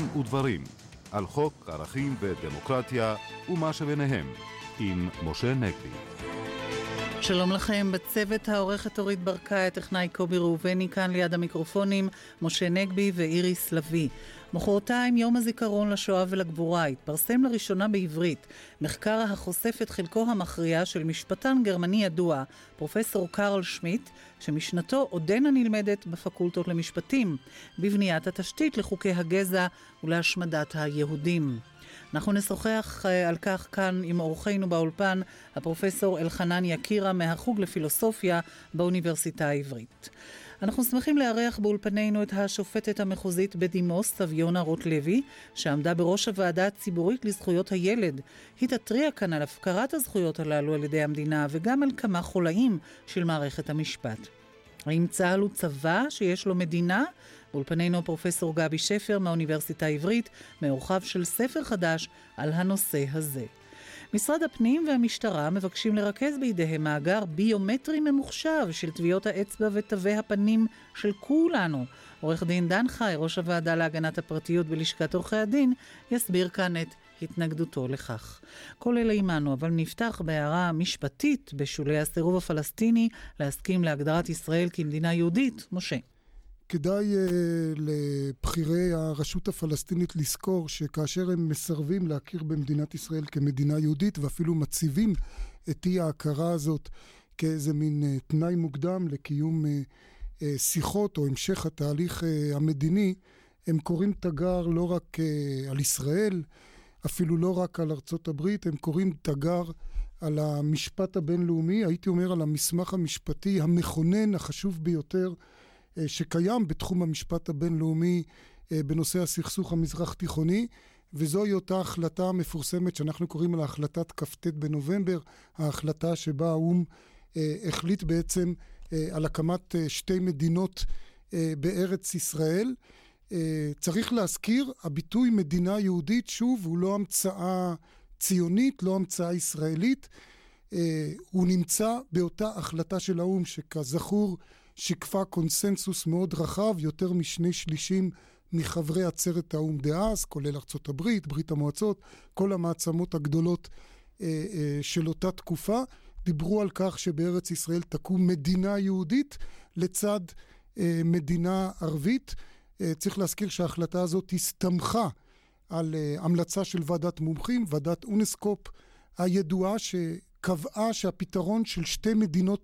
ודברים, על חוק, ערכים ודמוקרטיה ומה שביניהם, עם משה נגבי. שלום לכם, בצוות העורכת אורית ברקאי, הטכנאי קובי ראובני, כאן ליד המיקרופונים משה נגבי ואיריס לוי. מחרתיים יום הזיכרון לשואה ולגבורה, התפרסם לראשונה בעברית מחקר החושף את חלקו המכריע של משפטן גרמני ידוע, פרופסור קרל שמיט, שמשנתו עודנה נלמדת בפקולטות למשפטים, בבניית התשתית לחוקי הגזע ולהשמדת היהודים. אנחנו נשוחח על כך כאן עם אורחינו באולפן, הפרופסור אלחנן יקירה מהחוג לפילוסופיה באוניברסיטה העברית. אנחנו שמחים לארח באולפנינו את השופטת המחוזית בדימוס, סביונה רוטלוי, שעמדה בראש הוועדה הציבורית לזכויות הילד. היא תתריע כאן על הפקרת הזכויות הללו על ידי המדינה וגם על כמה חולאים של מערכת המשפט. האם צה"ל הוא צבא שיש לו מדינה? באולפנינו פרופסור גבי שפר מהאוניברסיטה העברית, מאורחיו של ספר חדש על הנושא הזה. משרד הפנים והמשטרה מבקשים לרכז בידיהם מאגר ביומטרי ממוחשב של טביעות האצבע ותווי הפנים של כולנו. עורך דין דן חי, ראש הוועדה להגנת הפרטיות בלשכת עורכי הדין, יסביר כאן את התנגדותו לכך. כל אלה עימנו, אבל נפתח בהערה משפטית בשולי הסירוב הפלסטיני להסכים להגדרת ישראל כמדינה יהודית. משה. כדאי לבחירי הרשות הפלסטינית לזכור שכאשר הם מסרבים להכיר במדינת ישראל כמדינה יהודית ואפילו מציבים את אי ההכרה הזאת כאיזה מין תנאי מוקדם לקיום שיחות או המשך התהליך המדיני, הם קוראים תגר לא רק על ישראל, אפילו לא רק על ארצות הברית, הם קוראים תגר על המשפט הבינלאומי, הייתי אומר על המסמך המשפטי המכונן החשוב ביותר שקיים בתחום המשפט הבינלאומי בנושא הסכסוך המזרח תיכוני, וזוהי אותה החלטה המפורסמת שאנחנו קוראים לה החלטת כ"ט בנובמבר, ההחלטה שבה האו"ם החליט בעצם על הקמת שתי מדינות בארץ ישראל. צריך להזכיר, הביטוי מדינה יהודית שוב הוא לא המצאה ציונית, לא המצאה ישראלית, הוא נמצא באותה החלטה של האו"ם שכזכור שיקפה קונסנסוס מאוד רחב, יותר מ2/3 מחברי עצרת האו"ם דאז, כולל ארצות הברית, ברית המועצות, כל המעצמות הגדולות של אותה תקופה, דיברו על כך שבארץ ישראל תקום מדינה יהודית לצד מדינה ערבית. צריך להזכיר שההחלטה הזאת הסתמכה על המלצה של ועדת מומחים, ועדת אונסקופ הידועה שקבעה שהפתרון של שתי מדינות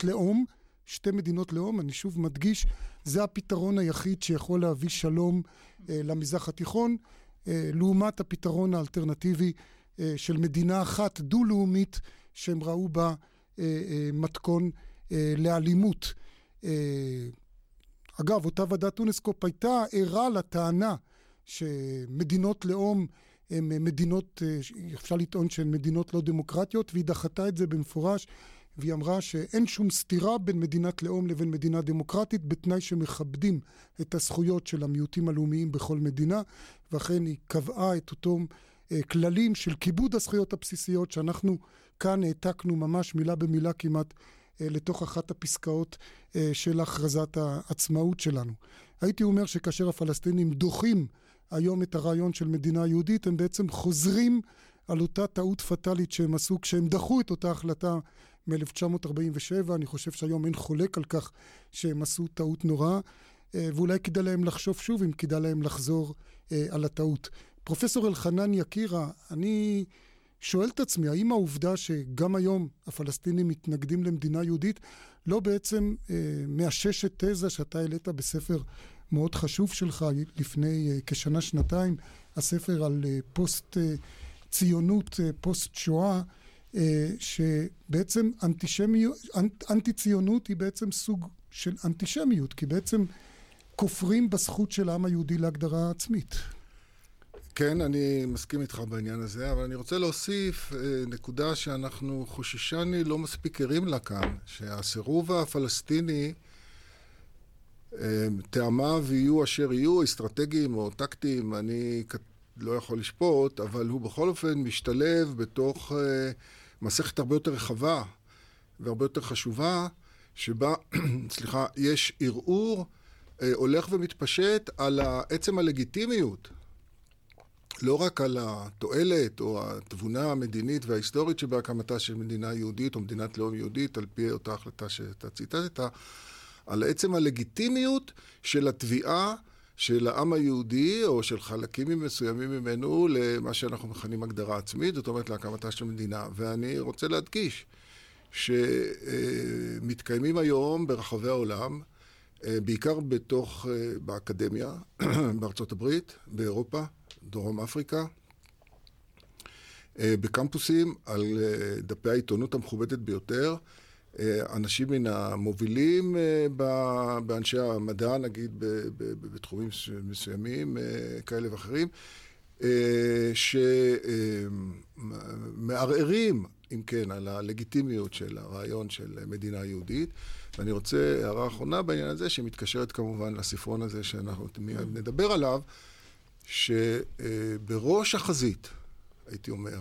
לאום, אני שוב מדגיש, זה הפתרון היחיד שיכול להביא שלום למזרח התיכון, לעומת הפתרון האלטרנטיבי של מדינה אחת דו-לאומית שהם ראו בה מתכון לאלימות. אגב, אותה ועדת אונסקופ הייתה ערה לטענה שמדינות לאום הן מדינות, אפשר לטעון שהן מדינות לא דמוקרטיות, והיא דחתה את זה במפורש, והיא אמרה שאין שום סתירה בין מדינת לאום לבין מדינה דמוקרטית, בתנאי שמכבדים את הזכויות של המיעוטים הלאומיים בכל מדינה, ואכן היא קבעה את אותם כללים של כיבוד הזכויות הבסיסיות, שאנחנו כאן העתקנו ממש מילה במילה כמעט, לתוך אחת הפסקאות של הכרזת העצמאות שלנו. הייתי אומר שכאשר הפלסטינים דוחים היום את הרעיון של מדינה יהודית, הם בעצם חוזרים על אותה טעות פטלית שהם עשו כשהם דחו את אותה החלטה מ-1947. אני חושב שהיום אין חולק על כך שהם עשו טעות נוראה, ואולי כדאי להם לחשוב שוב אם כדאי להם לחזור על הטעות. פרופסור אלחנן יקירה, אני שואל את עצמי, האם העובדה שגם היום הפלסטינים מתנגדים למדינה יהודית, לא בעצם מאששת תזה שאתה העלית בספר מאוד חשוב שלך לפני כשנה שנתיים, הספר על פוסט ציונות, פוסט שואה, שבעצם אנטי ציונות היא בעצם סוג של אנטישמיות, כי בעצם כופרים בזכות של העם היהודי להגדרה עצמית. כן, אני מסכים איתך בעניין הזה, אבל אני רוצה להוסיף נקודה שאנחנו חוששני לא מספיק ערים לה כאן, שהסירוב הפלסטיני, טעמיו יהיו אשר יהיו, אסטרטגיים או טקטיים, אני לא יכול לשפוט, אבל הוא בכל אופן משתלב בתוך מסכת הרבה יותר רחבה והרבה יותר חשובה, שבה, יש ערעור הולך ומתפשט על עצם הלגיטימיות לא רק על התועלת או התבונה המדינית וההיסטורית שבהקמתה של מדינה יהודית או מדינת לאום יהודית, על פי אותה החלטה שאתה ציטטת, על עצם הלגיטימיות של התביעה של העם היהודי או של חלקים מסוימים ממנו למה שאנחנו מכנים הגדרה עצמית, זאת אומרת להקמתה של מדינה. ואני רוצה להדגיש שמתקיימים היום ברחבי העולם, בעיקר באקדמיה, בארצות הברית, באירופה, דרום אפריקה, בקמפוסים, על דפי העיתונות המכובדת ביותר, אנשים מן המובילים באנשי המדע, נגיד בתחומים מסוימים כאלה ואחרים, שמערערים, אם כן, על הלגיטימיות של הרעיון של מדינה יהודית. ואני רוצה הערה אחרונה בעניין הזה, שמתקשרת כמובן לספרון הזה שאנחנו נדבר עליו, שבראש החזית, הייתי אומר,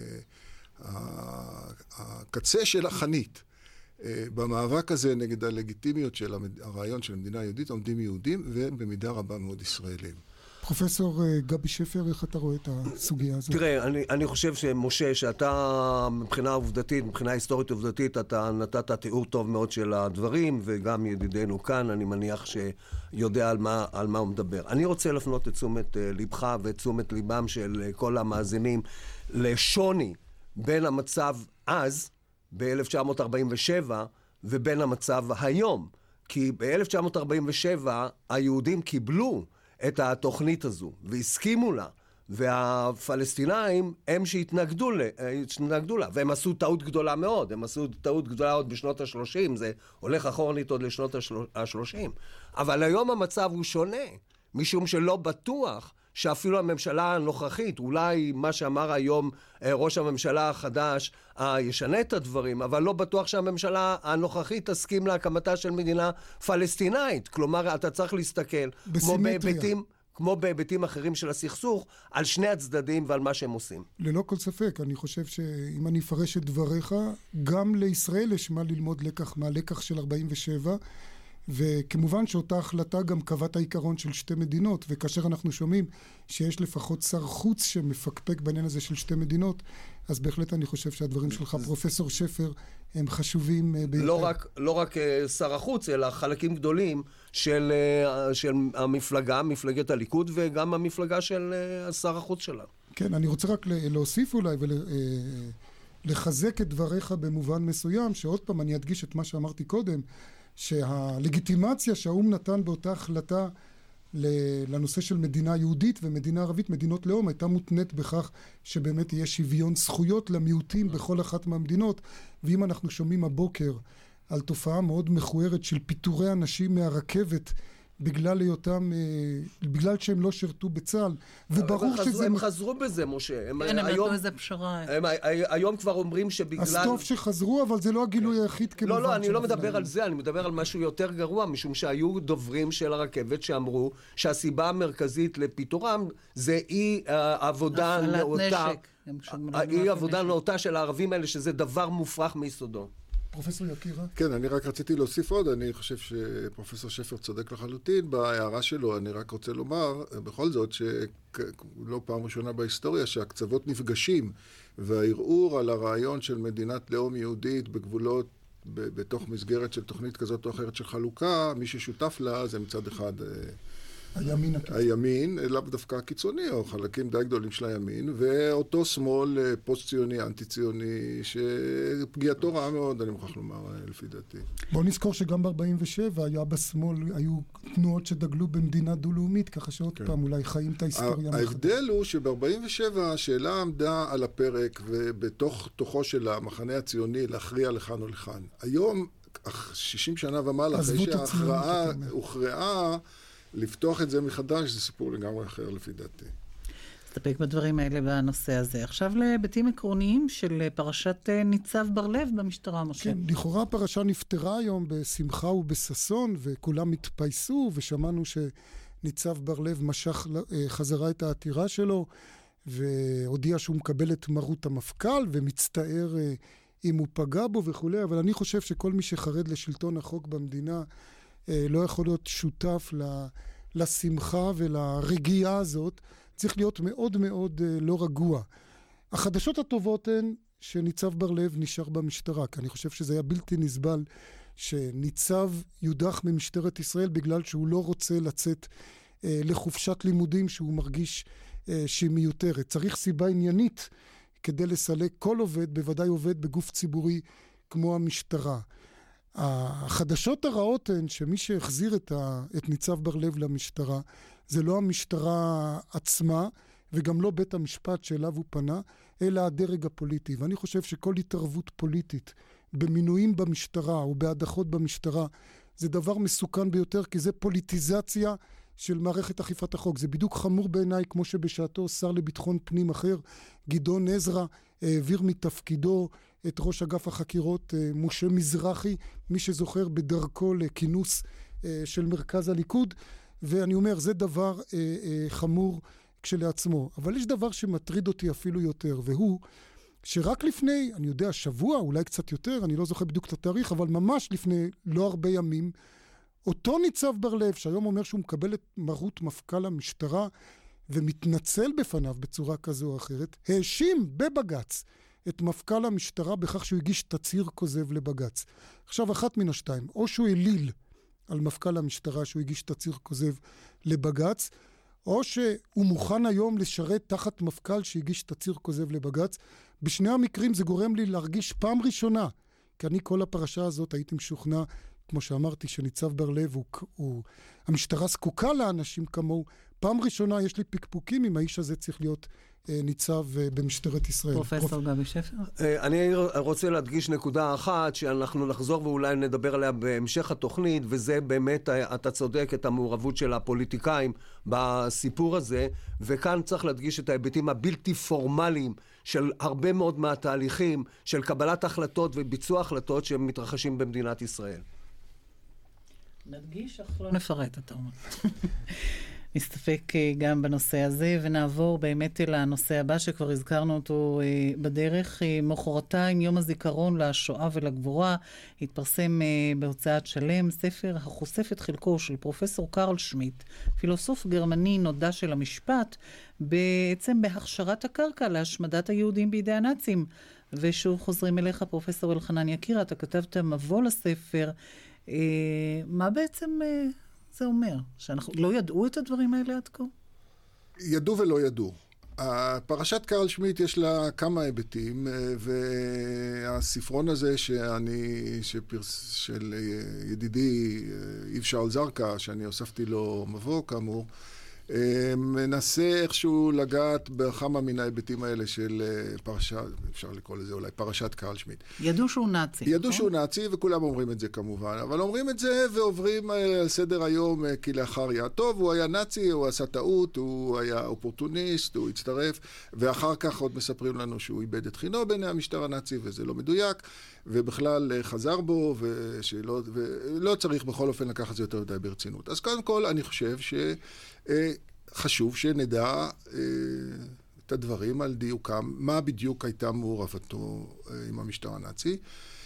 הקצה של החנית, במאבק הזה נגד הלגיטימיות של הרעיון של המדינה היהודית, עומדים יהודים ובמידה רבה מאוד ישראלים. פרופסור גבי שפר, איך אתה רואה את הסוגיה הזאת? תראה, אני חושב שמשה, שאתה מבחינה עובדתית, מבחינה היסטורית עובדתית, אתה נתת תיאור טוב מאוד של הדברים, וגם ידידנו כאן, אני מניח שיודע על מה הוא מדבר. אני רוצה לפנות את תשומת לבך ואת תשומת ליבם של כל המאזינים לשוני בין המצב אז, ב-1947, ובין המצב היום. כי ב-1947 היהודים קיבלו את התוכנית הזו, והסכימו לה, והפלסטינאים הם שהתנגדו לה, והם עשו טעות גדולה מאוד, הם עשו טעות גדולה עוד בשנות ה-30, זה הולך אחורנית עוד לשנות ה-30, אבל היום המצב הוא שונה, משום שלא בטוח שאפילו הממשלה הנוכחית, אולי מה שאמר היום ראש הממשלה החדש, ישנה את הדברים, אבל לא בטוח שהממשלה הנוכחית תסכים להקמתה של מדינה פלסטינאית. כלומר, אתה צריך להסתכל, כמו בהיבטים אחרים של הסכסוך, על שני הצדדים ועל מה שהם עושים. ללא כל ספק, אני חושב שאם אני אפרש את דבריך, גם לישראל יש מה ללמוד לקח מהלקח של 47, וכמובן שאותה החלטה גם קבעה את העיקרון של שתי מדינות, וכאשר אנחנו שומעים שיש לפחות שר חוץ שמפקפק בעניין הזה של שתי מדינות, אז בהחלט אני חושב שהדברים שלך, פרופסור שפר, הם חשובים ביותר. לא רק שר החוץ, אלא חלקים גדולים של המפלגה, מפלגת הליכוד, וגם המפלגה של שר החוץ שלה. כן, אני רוצה רק להוסיף אולי ולחזק את דבריך במובן מסוים, שעוד פעם אני אדגיש את מה שאמרתי קודם, שהלגיטימציה שהאום נתן באותה החלטה לנושא של מדינה יהודית ומדינה ערבית, מדינות לאום, הייתה מותנית בכך שבאמת יהיה שוויון זכויות למיעוטים בכל אחת מהמדינות. ואם אנחנו שומעים הבוקר על תופעה מאוד מכוערת של פיטורי אנשים מהרכבת בגלל היותם, בגלל שהם לא שירתו בצה"ל, וברור שזה... הם חזרו בזה, משה. כן, הם נתנו איזה פשרה. היום כבר אומרים שבגלל... אז טוב שחזרו, אבל זה לא הגילוי היחיד כמובן. לא, אני לא מדבר על זה, אני מדבר על משהו יותר גרוע, משום שהיו דוברים של הרכבת שאמרו שהסיבה המרכזית לפיטורם זה אי עבודה נאותה. אי עבודה נאותה של הערבים האלה, שזה דבר מופרך מיסודו. פרופסור יקירה? כן, אני רק רציתי להוסיף עוד, אני חושב שפרופסור שפר צודק לחלוטין בהערה שלו, אני רק רוצה לומר בכל זאת שלא פעם ראשונה בהיסטוריה שהקצוות נפגשים, והערעור על הרעיון של מדינת לאום יהודית בגבולות, בתוך מסגרת של תוכנית כזאת או אחרת של חלוקה, מי ששותף לה זה מצד אחד הימין, לאו דווקא הקיצוני, או חלקים די גדולים של הימין, ואותו שמאל פוסט-ציוני, אנטי-ציוני, שפגיעתו רעה מאוד, אני מוכרח לומר, לפי דעתי. בוא נזכור שגם ב-47 היה בשמאל, היו תנועות שדגלו במדינה דו-לאומית, ככה שעוד פעם אולי חיים את ההיסטוריה. ההבדל הוא שב-47 השאלה עמדה על הפרק, ובתוך תוכו של המחנה הציוני להכריע לכאן או לכאן. היום, 60 שנה ומעלה, אחרי שההכרעה הוכרעה, לפתוח את זה מחדש, זה סיפור לגמרי אחר לפי דעתי. נסתפק בדברים האלה בנושא הזה. עכשיו להיבטים עקרוניים של פרשת ניצב בר-לב במשטרה, משה. כן, לכאורה הפרשה נפטרה היום בשמחה ובששון, וכולם התפייסו, ושמענו שניצב בר-לב משך חזרה את העתירה שלו, והודיע שהוא מקבל את מרות המפכ"ל, ומצטער אם הוא פגע בו וכו', אבל אני חושב שכל מי שחרד לשלטון החוק במדינה, לא יכול להיות שותף לשמחה ולרגיעה הזאת, צריך להיות מאוד מאוד לא רגוע. החדשות הטובות הן שניצב בר-לב נשאר במשטרה, כי אני חושב שזה היה בלתי נסבל שניצב יודח ממשטרת ישראל בגלל שהוא לא רוצה לצאת לחופשת לימודים שהוא מרגיש שהיא מיותרת. צריך סיבה עניינית כדי לסלק כל עובד, בוודאי עובד בגוף ציבורי כמו המשטרה. החדשות הרעות הן שמי שהחזיר את ניצב בר-לב למשטרה זה לא המשטרה עצמה וגם לא בית המשפט שאליו הוא פנה, אלא הדרג הפוליטי. ואני חושב שכל התערבות פוליטית במינויים במשטרה או בהדחות במשטרה זה דבר מסוכן ביותר, כי זה פוליטיזציה של מערכת אכיפת החוק. זה בדיוק חמור בעיניי, כמו שבשעתו שר לביטחון פנים אחר, גדעון עזרא, העביר מתפקידו את ראש אגף החקירות משה מזרחי, מי שזוכר בדרכו לכינוס של מרכז הליכוד, ואני אומר, זה דבר חמור כשלעצמו. אבל יש דבר שמטריד אותי אפילו יותר, והוא שרק לפני, אני יודע, שבוע, אולי קצת יותר, אני לא זוכר בדיוק את התאריך, אבל ממש לפני לא הרבה ימים, אותו ניצב בר-לב, שהיום אומר שהוא מקבל את מרות מפכ"ל המשטרה, ומתנצל בפניו בצורה כזו או אחרת, האשים בבגץ את מפכ"ל המשטרה בכך שהוא הגיש תצהיר כוזב לבגץ. עכשיו, אחת מן השתיים, או שהוא הליל על מפכ"ל המשטרה שהוא הגיש תצהיר כוזב לבגץ, או שהוא מוכן היום לשרת תחת מפכ"ל שהגיש תצהיר כוזב לבגץ. בשני המקרים זה גורם לי להרגיש פעם ראשונה, כי אני כל הפרשה הזאת הייתי משוכנע, כמו שאמרתי, שניצב בר-לב המשטרה זקוקה לאנשים כמוהו. פעם ראשונה יש לי פקפוקים אם האיש הזה צריך להיות ניצב במשטרת ישראל. פרופסור גבי שפר? אני רוצה להדגיש נקודה אחת שאנחנו נחזור ואולי נדבר עליה בהמשך התוכנית, וזה באמת, אתה צודק, את המעורבות של הפוליטיקאים בסיפור הזה, וכאן צריך להדגיש את ההיבטים הבלתי פורמליים של הרבה מאוד מהתהליכים של קבלת החלטות וביצוע החלטות שמתרחשים במדינת ישראל. נדגיש, אך לא נפרט, אתה אומר. נסתפק גם בנושא הזה, ונעבור באמת אל הנושא הבא שכבר הזכרנו אותו בדרך. מחרתיים, יום הזיכרון לשואה ולגבורה, התפרסם בהוצאת שלם ספר החושף את חלקו של פרופסור קרל שמיט, פילוסוף גרמני נודע של המשפט, בעצם בהכשרת הקרקע להשמדת היהודים בידי הנאצים. ושוב חוזרים אליך, פרופסור אלחנן יקיר, אתה כתבת מבוא לספר. מה בעצם זה אומר? שאנחנו לא ידעו את הדברים האלה עד כה? ידעו ולא ידעו. פרשת קרל שמיט יש לה כמה היבטים, והספרון הזה של ידידי יב שאול זרקא, שאני הוספתי לו מבוא כאמור, מנסה איכשהו לגעת בכמה מן ההיבטים האלה של פרשה, אפשר לקרוא לזה אולי פרשת קרל שמיט. ידעו שהוא נאצי. ידעו שהוא נאצי, וכולם אומרים את זה כמובן, אבל אומרים את זה ועוברים על סדר היום כלאחר יד. טוב, הוא היה נאצי, הוא עשה טעות, הוא היה אופורטוניסט, הוא הצטרף, ואחר כך עוד מספרים לנו שהוא איבד את חינו בעיני המשטר הנאצי, וזה לא מדויק, ובכלל חזר בו, ולא צריך בכל אופן לקחת את זה יותר מדי ברצינות. אז קודם כל, אני חושב חשוב שנדע את הדברים על דיוקם, מה בדיוק הייתה מעורבתו עם המשטר הנאצי.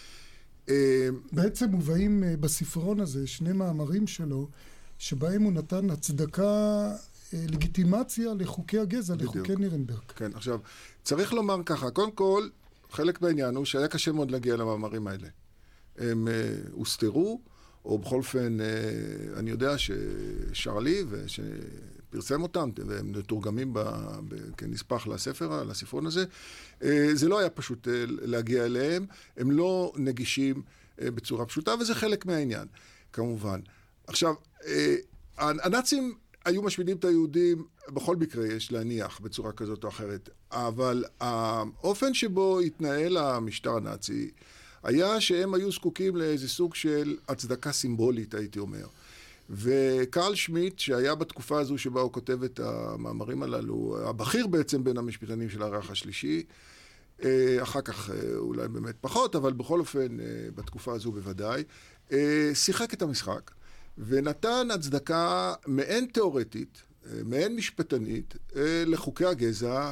בעצם מובאים בספרון הזה שני מאמרים שלו, שבהם הוא נתן הצדקה, לגיטימציה לחוקי הגזע, לחוקי נירנברג. כן, עכשיו, צריך לומר ככה, קודם כל, חלק בעניין הוא שהיה קשה מאוד להגיע למאמרים האלה. הם הוסתרו, או בכל אופן, אני יודע ששרלי ושפרסם אותם, והם מתורגמים כנספח לספרון הזה, זה לא היה פשוט להגיע אליהם, הם לא נגישים בצורה פשוטה, וזה חלק מהעניין, כמובן. עכשיו, הנאצים היו משמידים את היהודים, בכל מקרה יש להניח בצורה כזאת או אחרת, אבל האופן שבו התנהל המשטר הנאצי, היה שהם היו זקוקים לאיזה סוג של הצדקה סימבולית, הייתי אומר. וקרל שמיט, שהיה בתקופה הזו שבה הוא כותב את המאמרים הללו, הבכיר בעצם בין המשפטנים של הרייך השלישי, אחר כך אולי באמת פחות, אבל בכל אופן בתקופה הזו בוודאי, שיחק את המשחק, ונתן הצדקה מעין תיאורטית, מעין משפטנית, לחוקי הגזע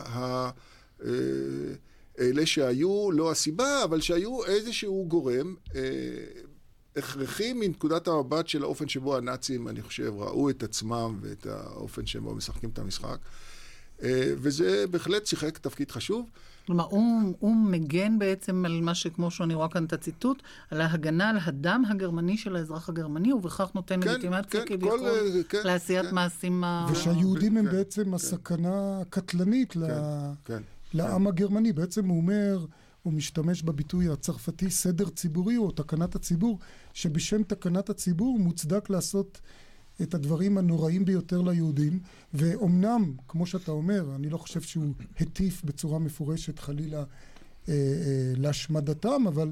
אלה שהיו, לא הסיבה, אבל שהיו איזשהו גורם הכרחי מנקודת המבט של האופן שבו הנאצים, אני חושב, ראו את עצמם ואת האופן שבו משחקים את המשחק. וזה בהחלט שיחק תפקיד חשוב. כלומר, הוא מגן בעצם על מה שכמו שאני רואה כאן את הציטוט, על ההגנה על הדם הגרמני של האזרח הגרמני, ובכך נותן לגיטימציה כביכול לעשיית מעשים... ושהיהודים הם בעצם הסכנה הקטלנית לעם הגרמני. בעצם הוא אומר, הוא משתמש בביטוי הצרפתי סדר ציבורי או תקנת הציבור, שבשם תקנת הציבור מוצדק לעשות את הדברים הנוראים ביותר ליהודים, ואומנם, כמו שאתה אומר, אני לא חושב שהוא הטיף בצורה מפורשת חלילה להשמדתם, אבל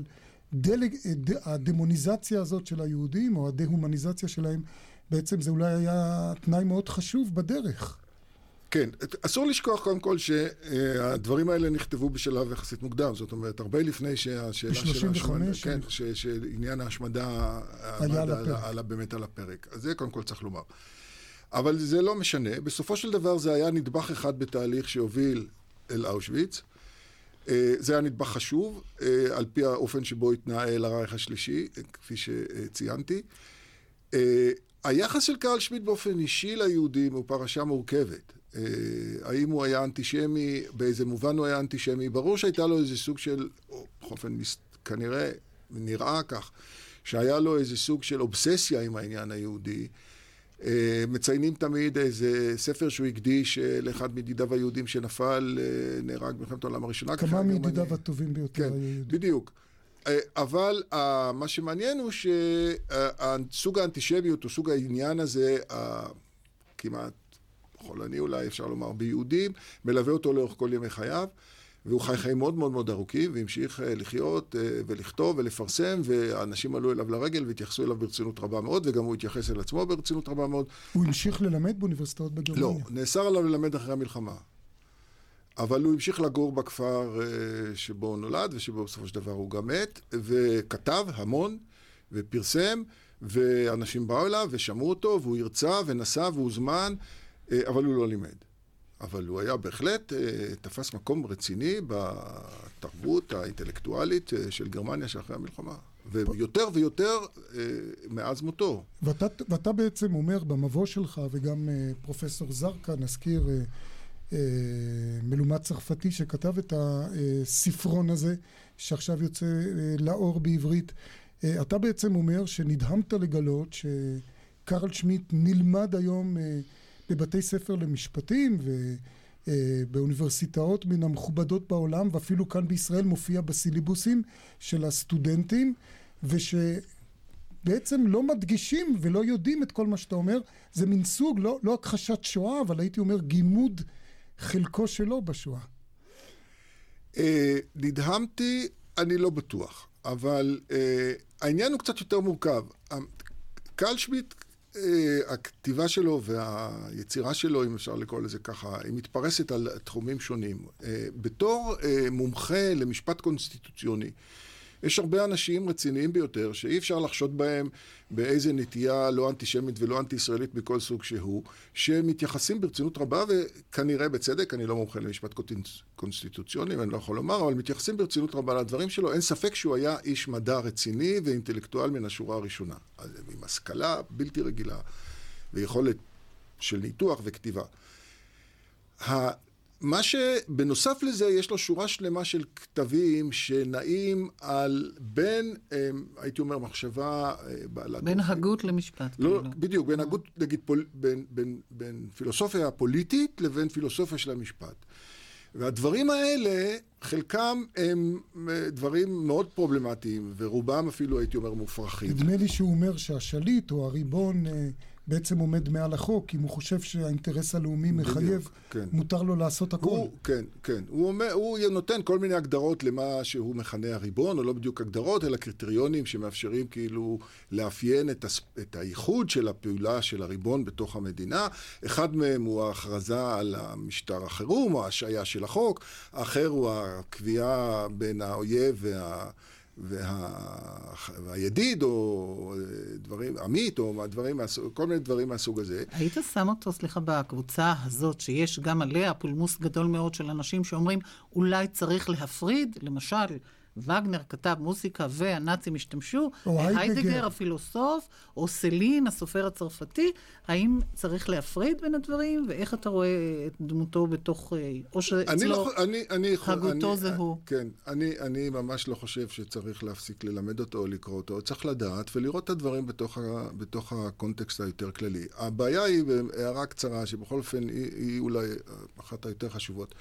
הדמוניזציה הזאת של היהודים, או הדהומניזציה שלהם, בעצם זה אולי היה תנאי מאוד חשוב בדרך. כן, אסור לשכוח קודם כל שהדברים האלה נכתבו בשלב יחסית מוקדם, זאת אומרת, הרבה לפני שהשאלה של ההשמדה, כן, שעניין ההשמדה עלה באמת על הפרק. אז זה קודם כל צריך לומר. אבל זה לא משנה, בסופו של דבר זה היה נדבך אחד בתהליך שהוביל אל אושוויץ. זה היה נדבך חשוב, על פי האופן שבו התנהל הרייך השלישי, כפי שציינתי. היחס של קרל שמיט באופן אישי ליהודים הוא פרשה מורכבת. האם הוא היה אנטישמי, באיזה מובן הוא היה אנטישמי, ברור שהייתה לו איזה סוג של, או באופן כנראה נראה כך, שהיה לו איזה סוג של אובססיה עם העניין היהודי. מציינים תמיד איזה ספר שהוא הקדיש לאחד מידידיו היהודים שנפל, נהרג במלחמת העולם הראשונה. כמה מידידיו הטובים ביותר. כן, בדיוק. אבל מה שמעניין הוא שסוג האנטישמיות, או סוג העניין הזה, כמעט חולני אולי אפשר לומר ביהודים, מלווה אותו לאורך כל ימי חייו, והוא חי חיים מאוד מאוד מאוד ארוכים, והמשיך לחיות ולכתוב ולפרסם, והאנשים עלו אליו לרגל והתייחסו אליו ברצינות רבה מאוד, וגם הוא התייחס אל עצמו ברצינות רבה מאוד. הוא המשיך ללמד באוניברסיטאות בגרמניה? לא, נאסר עליו ללמד אחרי המלחמה. אבל הוא המשיך לגור בכפר שבו הוא נולד, ושבו בסופו של דבר הוא גם מת, וכתב המון, ופרסם, ואנשים באו אליו ושמעו אותו, והוא הרצה ונסע והוזמן, אבל הוא לא לימד. אבל הוא היה בהחלט, תפס מקום רציני בתרבות האינטלקטואלית של גרמניה שאחרי המלחמה. ויותר ויותר מאז מותו. ואתה בעצם אומר במבוא שלך, וגם פרופסור זרקא, נזכיר מלומד צרפתי שכתב את הספרון הזה, שעכשיו יוצא לאור בעברית, אתה בעצם אומר שנדהמת לגלות שקרל שמיט נלמד היום בבתי ספר למשפטים ובאוניברסיטאות מן המכובדות בעולם, ואפילו כאן בישראל מופיע בסילבוסים של הסטודנטים, ושבעצם לא מדגישים ולא יודעים את כל מה שאתה אומר. זה מין סוג, לא הכחשת שואה, אבל הייתי אומר גימוד חלקו שלו בשואה. נדהמתי, אני לא בטוח, אבל העניין הוא קצת יותר מורכב. קרל שמיט, הכתיבה שלו והיצירה שלו, אם אפשר לקרוא לזה ככה, היא מתפרסת על תחומים שונים. בתור מומחה למשפט קונסטיטוציוני, יש הרבה אנשים רציניים ביותר שאי אפשר לחשוד בהם באיזה נטייה לא אנטישמית ולא אנטי-ישראלית בכל סוג שהוא, שמתייחסים ברצינות רבה, וכנראה בצדק, אני לא מומחה למשפט קונסטיטוציוני, אני לא יכול לומר, אבל מתייחסים ברצינות רבה לדברים שלו. אין ספק שהוא היה איש מדע רציני ואינטלקטואל מן השורה הראשונה. עם השכלה בלתי רגילה ויכולת של ניתוח וכתיבה. מה שבנוסף לזה יש לו שורה שלמה של כתבים שנעים על בין, הייתי אומר, מחשבה בין הגות למשפט. לא, בדיוק, בין הגות, נגיד, בין פילוסופיה הפוליטית לבין פילוסופיה של המשפט. והדברים האלה, חלקם הם דברים מאוד פרובלמטיים, ורובם אפילו, הייתי אומר, מופרכים. נדמה לי שהוא אומר שהשליט או הריבון בעצם עומד מעל החוק, אם הוא חושב שהאינטרס הלאומי מחייב, כן. מותר לו לעשות הכל. כן, כן. הוא נותן כל מיני הגדרות למה שהוא מכנה הריבון, או לא בדיוק הגדרות, אלא קריטריונים שמאפשרים כאילו לאפיין את הייחוד של הפעולה של הריבון בתוך המדינה. אחד מהם הוא ההכרזה על המשטר החירום, או ההשעיה של החוק. האחר הוא הקביעה בין האויב והידיד, או דברים, עמית, או דברים, כל מיני דברים מהסוג הזה. היית שם אותו, סליחה, בקבוצה הזאת, שיש גם עליה פולמוס גדול מאוד של אנשים שאומרים, אולי צריך להפריד, למשל, וגנר כתב מוזיקה והנאצים השתמשו, או היידגר הפילוסוף, או סלין הסופר הצרפתי, האם צריך להפריד בין הדברים, ואיך אתה רואה את דמותו בתוך, או שאצלו הגותו זה הוא? כן, אני ממש לא חושב שצריך להפסיק ללמד אותו או לקרוא אותו, צריך לדעת ולראות את הדברים בתוך הקונטקסט היותר כללי. הבעיה היא בהערה קצרה, שבכל אופן היא אולי אחת היותר חשובות.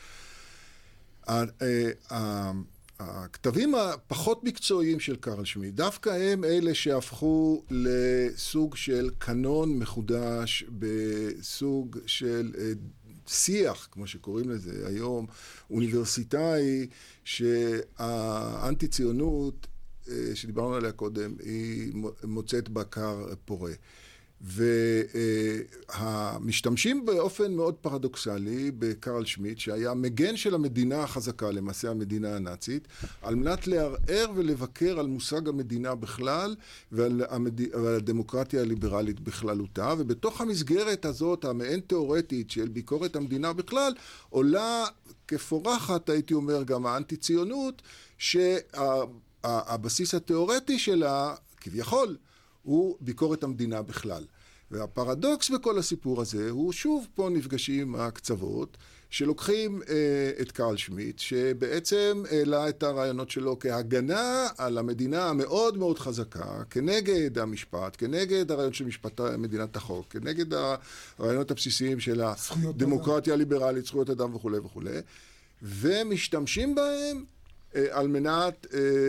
הכתבים הפחות מקצועיים של קרל שמיט, דווקא הם אלה שהפכו לסוג של קנון מחודש, בסוג של שיח, כמו שקוראים לזה היום, אוניברסיטאי, שהאנטי-ציונות, שדיברנו עליה קודם, היא מוצאת בקר פורה. והמשתמשים באופן מאוד פרדוקסלי בקרל שמיט, שהיה מגן של המדינה החזקה, למעשה המדינה הנאצית, על מנת לערער ולבקר על מושג המדינה בכלל ועל הדמוקרטיה הליברלית בכללותה, ובתוך המסגרת הזאת, המעין תיאורטית של ביקורת המדינה בכלל, עולה כפורחת, הייתי אומר, גם האנטי-ציונות, שהבסיס התיאורטי שלה, כביכול, הוא ביקורת המדינה בכלל. והפרדוקס בכל הסיפור הזה הוא שוב פה נפגשים הקצוות שלוקחים את קרל שמיט, שבעצם העלה את הרעיונות שלו כהגנה על המדינה המאוד מאוד חזקה, כנגד המשפט, כנגד הרעיון של משפט מדינת החוק, כנגד הרעיונות הבסיסיים של הדמוקרטיה הליברלית, זכויות אדם וכו' וכו', ומשתמשים בהם על מנת,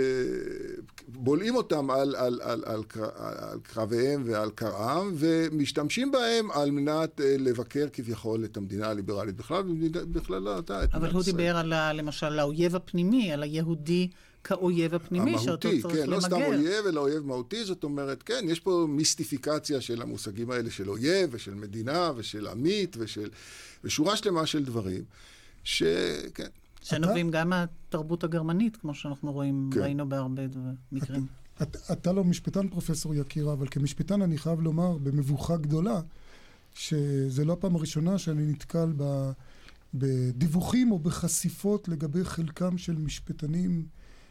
בולעים אותם על קרביהם ועל קרעם, ומשתמשים בהם על מנת לבקר כביכול את המדינה הליברלית בכלל, ובכלל לא אתה. אבל הוא דיבר על, למשל, האויב הפנימי, על היהודי כאויב הפנימי, שאותו צריך למגר. כן, לא סתם אויב, אלא אויב מהותי, זאת אומרת, כן, יש פה מיסטיפיקציה של המושגים האלה של אויב, ושל מדינה, ושל עמית, ושורה שלמה של דברים, שכן. שנובעים גם מהתרבות הגרמנית, כמו שאנחנו רואים, ראינו בהרבה מקרים. אתה לא משפטן, פרופסור יקירה, אבל כמשפטן אני חייב לומר במבוכה גדולה, שזה לא הפעם הראשונה שאני נתקל בדיווחים או בחשיפות לגבי חלקם של משפטנים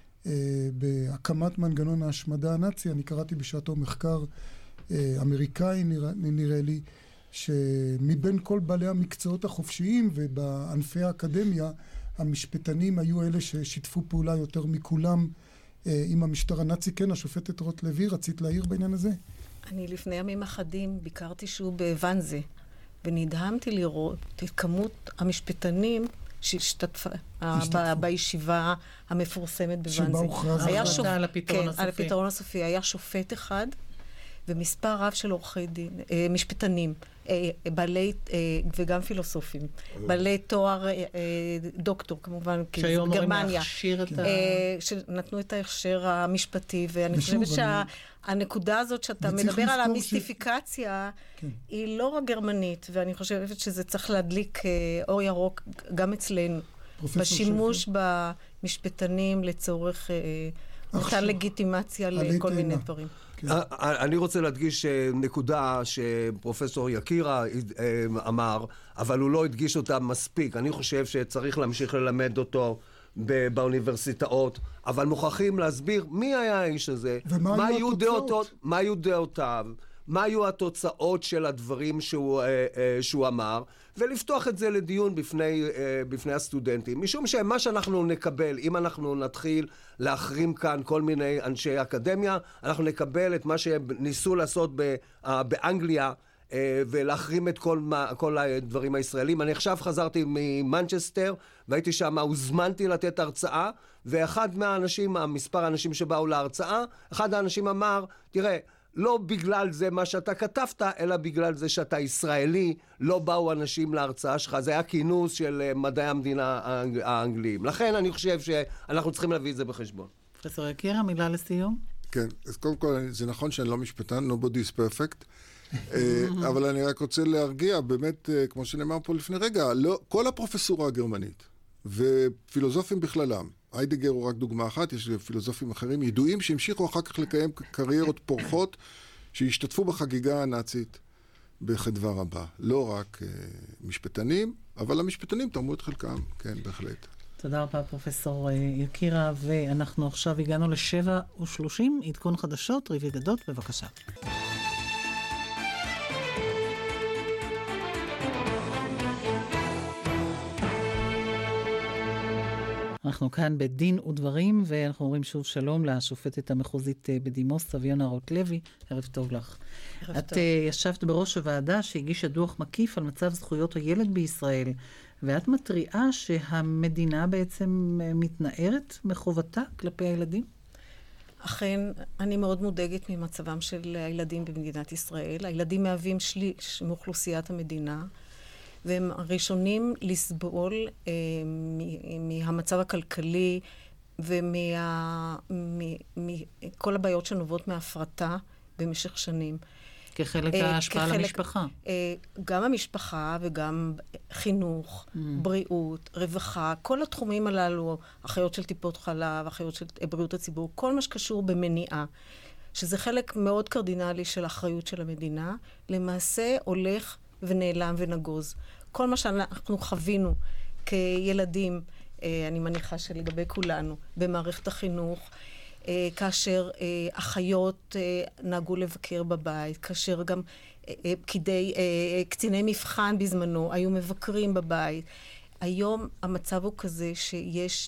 בהקמת מנגנון ההשמדה הנאצי. אני קראתי בשעתו מחקר אמריקאי, נראה לי, שמבין כל בעלי המקצועות החופשיים ובענפי האקדמיה, המשפטנים היו אלה ששיתפו פעולה יותר מכולם עם המשטר הנאצי. כן, השופטת רוט לוי, רצית להעיר בעניין הזה? אני לפני ימים אחדים ביקרתי שוב בוונזה, ונדהמתי לראות את כמות המשפטנים שהשתתפה בישיבה המפורסמת בוונזה. שבה הוכרז על הפתרון הסופי. על הפתרון הסופי. היה שופט אחד ומספר רב של עורכי דין, משפטנים, בעלי, וגם פילוסופים, בעלי תואר דוקטור, כמובן, שהיום גרמניה, שנתנו את ההכשר המשפטי, ואני חושבת שהנקודה הזאת שאתה מדבר על המיסטיפיקציה, היא לא רק גרמנית, ואני חושבת שזה צריך להדליק אור ירוק גם אצלנו, בשימוש במשפטנים לצורך מתן לגיטימציה לכל מיני דברים. אני רוצה להדגיש נקודה שפרופסור יקירה אמר, אבל הוא לא הדגיש אותה מספיק. אני חושב שצריך להמשיך ללמד אותו באוניברסיטאות, אבל מוכרחים להסביר מי היה האיש הזה, מה היו דעותיו, מה היו התוצאות של הדברים שהוא אמר, ולפתוח את זה לדיון בפני הסטודנטים. משום שמה שאנחנו נקבל, אם אנחנו נתחיל להחרים כאן כל מיני אנשי אקדמיה, אנחנו נקבל את מה שניסו לעשות באנגליה, ולהחרים את כל הדברים הישראלים. אני עכשיו חזרתי ממנצ'סטר, והייתי שם, הוזמנתי לתת הרצאה, ואחד מהאנשים, מספר האנשים שבאו להרצאה, אחד האנשים אמר, תראה, לא בגלל זה מה שאתה כתבת, אלא בגלל זה שאתה ישראלי, לא באו אנשים להרצאה שלך. זה היה כינוס של מדעי המדינה האנגליים. לכן אני חושב שאנחנו צריכים להביא את זה בחשבון. פרופסור יקירה, מילה לסיום? כן, אז קודם כל זה נכון שאני לא משפטן, nobody is perfect, אבל אני רק רוצה להרגיע, באמת, כמו שנאמר פה לפני רגע, כל הפרופסורה הגרמנית, ופילוסופים בכללם, היידגר הוא רק דוגמה אחת, יש פילוסופים אחרים ידועים שהמשיכו אחר כך לקיים קריירות פורחות שהשתתפו בחגיגה הנאצית בחדווה רבה. לא רק משפטנים, אבל המשפטנים תרמו את חלקם, כן, בהחלט. תודה רבה, פרופסור יקירה, ואנחנו עכשיו הגענו ל7:30, עדכון חדשות, ריבי גדות, בבקשה. אנחנו כאן בדין ודברים, ואנחנו אומרים שוב שלום לשופטת המחוזית בדימוס, סביונה רוטלוי. ערב טוב לך. את ישבת בראש הוועדה שהגישה דוח מקיף על מצב זכויות הילד בישראל, ואת מטריעה שהמדינה בעצם מתנערת מחובתה כלפי הילדים? אכן, אני מאוד מודאגת ממצבם של הילדים במדינת ישראל. הילדים מהווים שליש מאוכלוסיית המדינה, והם הראשונים לסבול מהמצב הכלכלי ומכל הבעיות שנובעות מהפרטה במשך שנים. כחלק ההשפעה על המשפחה. גם המשפחה וגם חינוך, בריאות, רווחה, כל התחומים הללו, אחיות של טיפות חלב, אחיות של בריאות הציבור, כל מה שקשור במניעה, שזה חלק מאוד קרדינלי של האחריות של המדינה, למעשה הולך ונעלם ונגוז. כל מה שאנחנו חווינו כילדים, אני מניחה שלגבי כולנו, במערכת החינוך, כאשר אחיות נהגו לבקר בבית, כאשר גם קציני מבחן בזמנו היו מבקרים בבית. היום המצב הוא כזה שיש,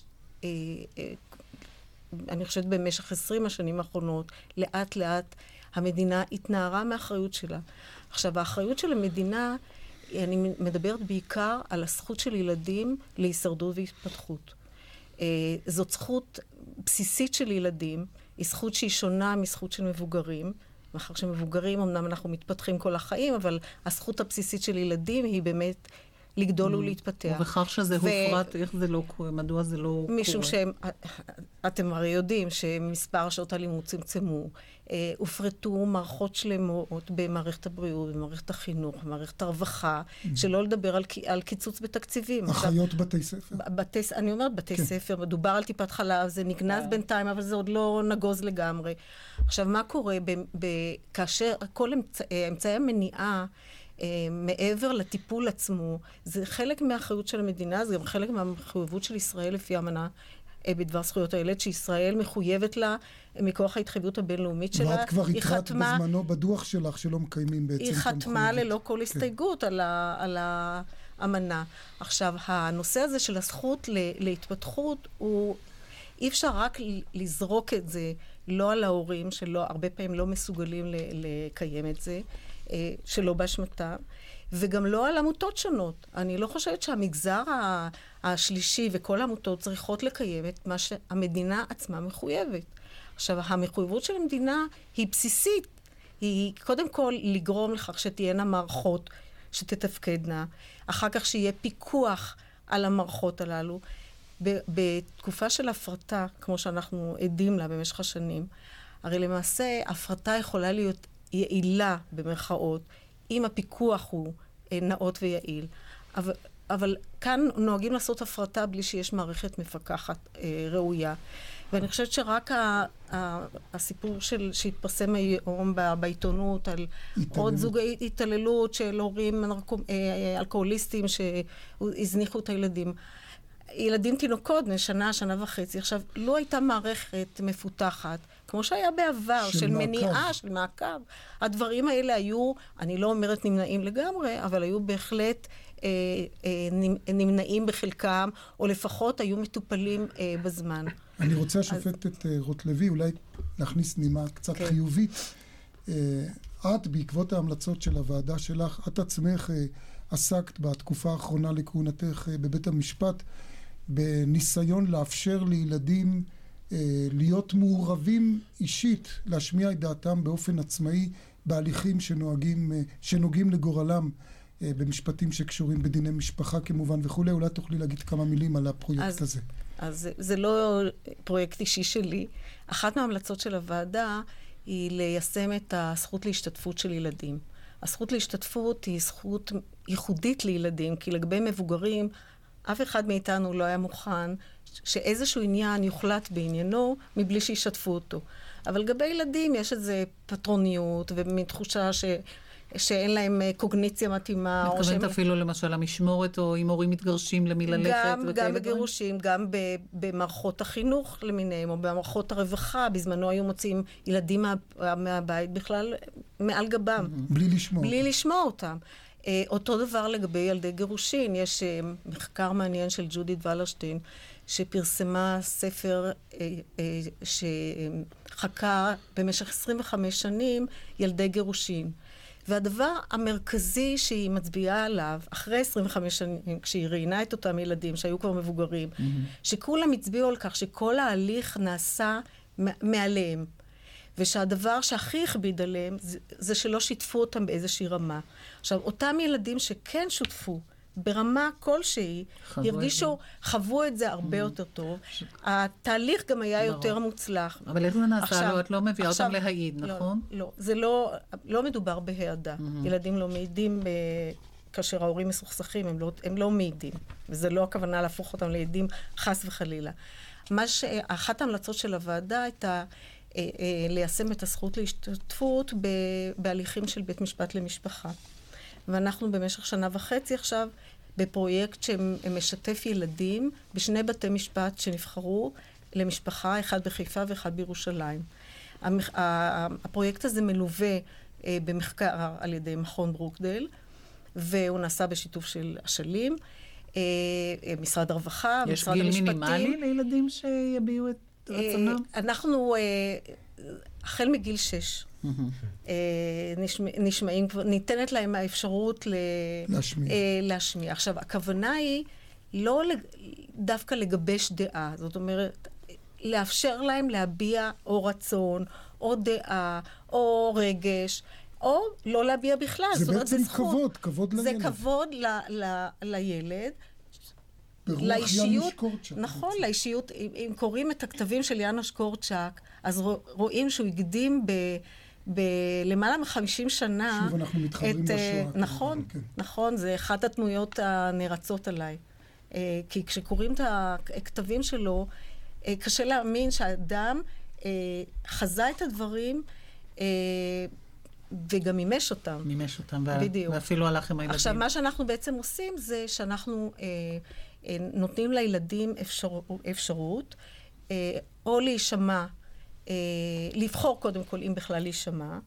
אני חושבת במשך 20 השנים האחרונות, לאט לאט המדינה התנערה מהאחריות שלה. עכשיו, האחריות של המדינה, אני מדברת בעיקר על הזכות של ילדים להישרדות והתפתחות. זאת זכות בסיסית של ילדים, היא זכות שהיא שונה מזכות של מבוגרים. מאחר שמבוגרים, אמנם אנחנו מתפתחים כל החיים, אבל הזכות הבסיסית של ילדים היא באמת לגדול ולהתפתח. ובכך שזה הופרט, איך זה לא קורה? מדוע זה לא קורה? משום שאתם הרי יודעים שמספר שעות הלימוד צמצמו, הופרטו מערכות שלמות במערכת הבריאות, במערכת החינוך, במערכת הרווחה, שלא לדבר על קיצוץ בתקציבים. אחיות בתי ספר. אני אומרת בתי ספר, מדובר על טיפת חלב, זה נגנז בינתיים, אבל זה עוד לא נגוז לגמרי. עכשיו, מה קורה כאשר כל אמצעי המניעה, מעבר לטיפול עצמו, זה חלק מהאחריות של המדינה, זה גם חלק מהמחויבות של ישראל לפי האמנה בדבר זכויות הילד, שישראל מחויבת לה מכוח ההתחייבות הבינלאומית שלה. ואת כבר התחלת בזמנו בדוח שלך שלא מקיימים בעצם. היא חתמה ללא כל הסתייגות על האמנה. עכשיו, הנושא הזה של הזכות להתפתחות, אי אפשר רק לזרוק את זה לא על ההורים, שלא, הרבה פעמים לא מסוגלים לקיים את זה, שלא באשמתם, וגם לא על עמותות שונות. אני לא חושבת שהמגזר השלישי וכל העמותות צריכות לקיים את מה שהמדינה עצמה מחויבת. עכשיו, המחויבות של המדינה היא בסיסית. היא קודם כל לגרום לכך שתהיינה מערכות שתתפקדנה, אחר כך שיהיה פיקוח על המערכות הללו. בתקופה של הפרטה, כמו שאנחנו עדים לה במשך השנים, הרי למעשה הפרטה יכולה להיות יעילה במרכאות, אם הפיקוח הוא נאות ויעיל. אבל כאן נוהגים לעשות הפרטה בלי שיש מערכת מפקחת ראויה. ואני חושבת שרק הסיפור שהתפרסם היום בעיתונות על עוד זוג התעללות של הורים אלכוהוליסטים שהזניחו את הילדים. ילדים תינוקות, שנה וחצי. עכשיו, לא הייתה מערכת מפותחת, כמו שהיה בעבר, של מניעה, של מעקב. הדברים האלה היו, אני לא אומרת נמנעים לגמרי, אבל היו בהחלט נמנעים בחלקם, או לפחות היו מטופלים בזמן. אני רוצה השופטת רוטלוי, אולי להכניס נימה קצת חיובית. את, בעקבות ההמלצות של הוועדה שלך, את עצמך עסקת בתקופה האחרונה לכהונתך בבית המשפט, בניסיון לאפשר לילדים להיות מעורבים אישית, להשמיע את דעתם באופן עצמאי, בהליכים שנוגעים לגורלם, במשפטים שקשורים בדיני משפחה כמובן וכו'. אולי תוכלי להגיד כמה מילים על הפרויקט הזה. אז זה לא פרויקט אישי שלי. אחת מההמלצות של הוועדה היא ליישם את הזכות להשתתפות של ילדים. הזכות להשתתפות היא זכות ייחודית לילדים, כי לגבי מבוגרים, אף אחד מאיתנו לא היה מוכן שאיזשהו עניין יוחלט בעניינו מבלי שישתפו אותו. אבל לגבי ילדים יש איזו פטרוניות ומין תחושה שאין להם קוגניציה מתאימה. מתכוונת אפילו למשל המשמורת, או אם הורים מתגרשים למי ללכת. גם בגירושים, גם במערכות החינוך למיניהם, או במערכות הרווחה. בזמנו היו מוצאים ילדים מהבית בכלל מעל גבם. בלי לשמוע אותם. אותו דבר לגבי ילדי גירושין. יש מחקר מעניין של ג'ודית ולרשטיין, שפרסמה ספר שחקר במשך 25 שנים ילדי גירושין. והדבר המרכזי שהיא מצביעה עליו, אחרי 25 שנים, כשהיא ראיינה את אותם ילדים שהיו כבר מבוגרים, שכולם הצביעו על כך שכל ההליך נעשה מעליהם. ושהדבר שהכי הכביד עליהם זה שלא שיתפו אותם באיזושהי רמה. עכשיו, אותם ילדים שכן שותפו ברמה כלשהי, הרגישו, חוו את זה הרבה יותר טוב. התהליך גם היה יותר מוצלח. אבל איך זה נעשה? את לא מביאה אותם להעיד, נכון? לא, זה לא מדובר בהעדה. ילדים לא מעידים כאשר ההורים מסוכסכים, הם לא מעידים. וזה לא הכוונה להפוך אותם לעידים חס וחלילה. אחת ההמלצות של הוועדה הייתה ליישם את הזכות להשתתפות בהליכים של בית משפט למשפחה. ואנחנו במשך 1.5 שנה עכשיו בפרויקט שמשתף ילדים בשני בתי משפט שנבחרו למשפחה, אחד בחיפה ואחד בירושלים. הפרויקט הזה מלווה במחקר על ידי מכון ברוקדייל, והוא נעשה בשיתוף של אשלים, משרד הרווחה, משרד המשפטים. יש גיל מינימלי לילדים שיביעו את רצונם? אנחנו החל מגיל 6. נשמעים, ניתנת להם האפשרות להשמיע. עכשיו, הכוונה היא לא דווקא לגבש דעה, זאת אומרת, לאפשר להם להביע או רצון, או דעה, או רגש, או לא להביע בכלל. זה בעצם כבוד לילד. זה כבוד לילד. לאישיות, נכון, לאישיות, אם קוראים את הכתבים של יאנוש קורצ'אק, אז רואים שהוא הקדים למעלה מ-50 שנה. שוב אנחנו מתחברים לשואה. נכון, נכון, זה אחת הדמויות הנרצות עליי. כי כשקוראים את הכתבים שלו, קשה להאמין שהאדם חזה את הדברים וגם מימש אותם. מימש אותם, ואפילו הלך עם הילדים. עכשיו, מה שאנחנו בעצם עושים זה שאנחנו נותנים לילדים אפשרות, או להישמע, לבחור קודם כל אם בכלל להישמע,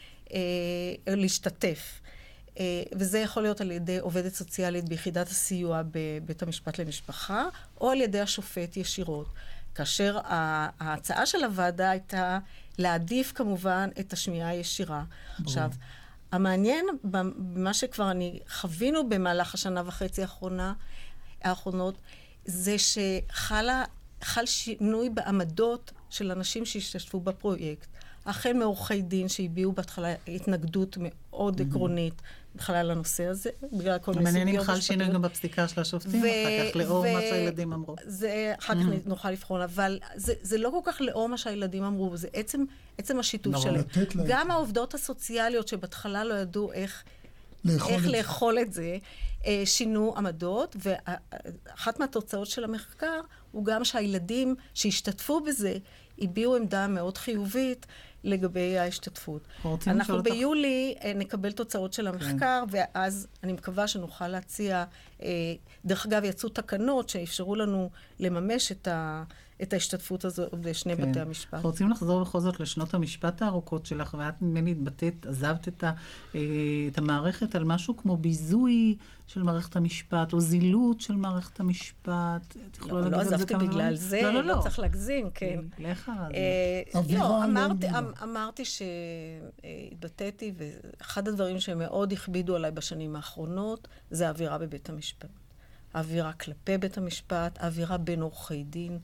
להשתתף. וזה יכול להיות על ידי עובדת סוציאלית ביחידת הסיוע בבית המשפט למשפחה, או על ידי השופט ישירות. כאשר ההצעה של הוועדה הייתה להעדיף כמובן את השמיעה הישירה. עכשיו, המעניין במה שכבר חווינו במהלך 1.5 האחרונות, זה חל שינוי בעמדות של אנשים שהשתתפו בפרויקט. החל מעורכי דין שהביעו בהתחלה התנגדות מאוד עקרונית בכלל לנושא הזה, בגלל כל מיני סוגיות. מעניין אם חל שינוי גם בפסיקה של השופטים, אחר כך לאור מה שהילדים אמרו. זה אחר כך נוכל לבחון, אבל זה לא כל כך לאור מה שהילדים אמרו, זה עצם השיתוף שלהם. גם העובדות הסוציאליות שבהתחלה לא ידעו איך לאכול את זה, שינו עמדות, ואחת מהתוצאות של המחקר הוא גם שהילדים שהשתתפו בזה הביעו עמדה מאוד חיובית לגבי ההשתתפות. אנחנו ביולי נקבל תוצאות של המחקר, ואז אני מקווה שנוכל להציע, דרך אגב יצאו תקנות שאפשרו לנו לממש את ההשתתפות הזו בשני בתי המשפט. אנחנו רוצים לחזור בכל זאת לשנות המשפט הארוכות שלך, ואת נדמה התבטאת, עזבת את המערכת על משהו כמו ביזוי של מערכת המשפט, או זילות של מערכת המשפט. לא עזבתי בגלל זה, לא צריך להגזים, כן. לך לא, אמרתי שהתבטאתי, ואחד הדברים שמאוד הכבידו עליי בשנים האחרונות, זה האווירה בבית המשפט. האווירה כלפי בית המשפט, האווירה בין עורכי דין,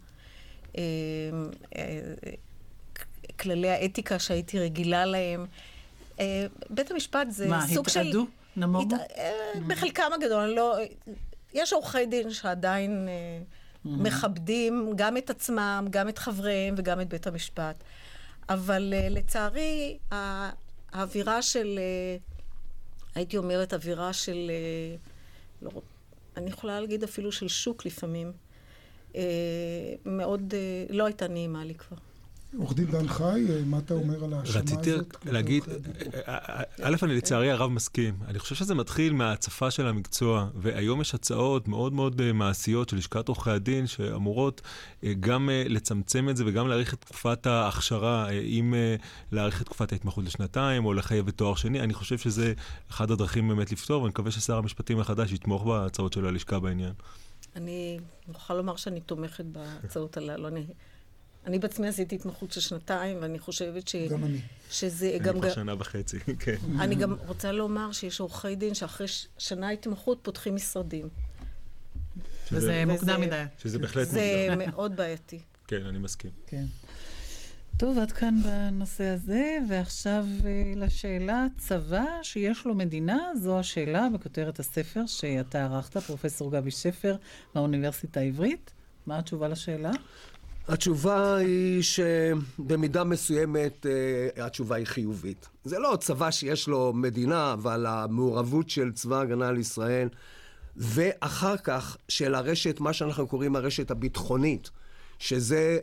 כללי האתיקה שהייתי רגילה להם. בית המשפט זה סוג של... מה, התעדו? נמוגו? בחלקם הגדול, יש עורכי דין שעדיין מכבדים גם את עצמם, גם את חבריהם וגם את בית המשפט. אבל לצערי, האווירה של, הייתי אומרת, אווירה של, אני יכולה להגיד אפילו של שוק לפעמים, מאוד, לא הייתה נעימה לי כבר. עורך דין דן חי, מה אתה אומר על ההאשמה הזאת? רציתי להגיד, א', אני לצערי הרב מסכים. אני חושב שזה מתחיל מההצפה של המקצוע, והיום יש הצעות מאוד מאוד מעשיות של לשכת עורכי הדין, שאמורות גם לצמצם את זה וגם להאריך את תקופת ההכשרה, אם להאריך את תקופת ההתמחות לשנתיים, או לחייב את תואר שני. אני חושב שזה אחד הדרכים באמת לפתור, ואני מקווה ששר המשפטים החדש יתמוך בהצעות של הלשכה בעניין. אני מוכרחה לומר שאני תומכת בהצעות הללו. אני בעצמי עשיתי התמחות של שנתיים, ואני חושבת שזה גם... אני כבר שנה וחצי, כן. אני גם רוצה לומר שיש עורכי דין שאחרי שנה התמחות פותחים משרדים. וזה מוקדם מדי. שזה בהחלט מוקדם. זה מאוד בעייתי. כן, אני מסכים. כן. טוב, עד כאן בנושא הזה, ועכשיו לשאלה, צבא שיש לו מדינה, זו השאלה בכותרת הספר שאתה ערכת, פרופסור גבי שפר, מהאוניברסיטה העברית. מה התשובה לשאלה? התשובה היא שבמידה מסוימת התשובה היא חיובית. זה לא צבא שיש לו מדינה, אבל המעורבות של צבא ההגנה לישראל, ואחר כך של הרשת, מה שאנחנו קוראים הרשת הביטחונית, שזה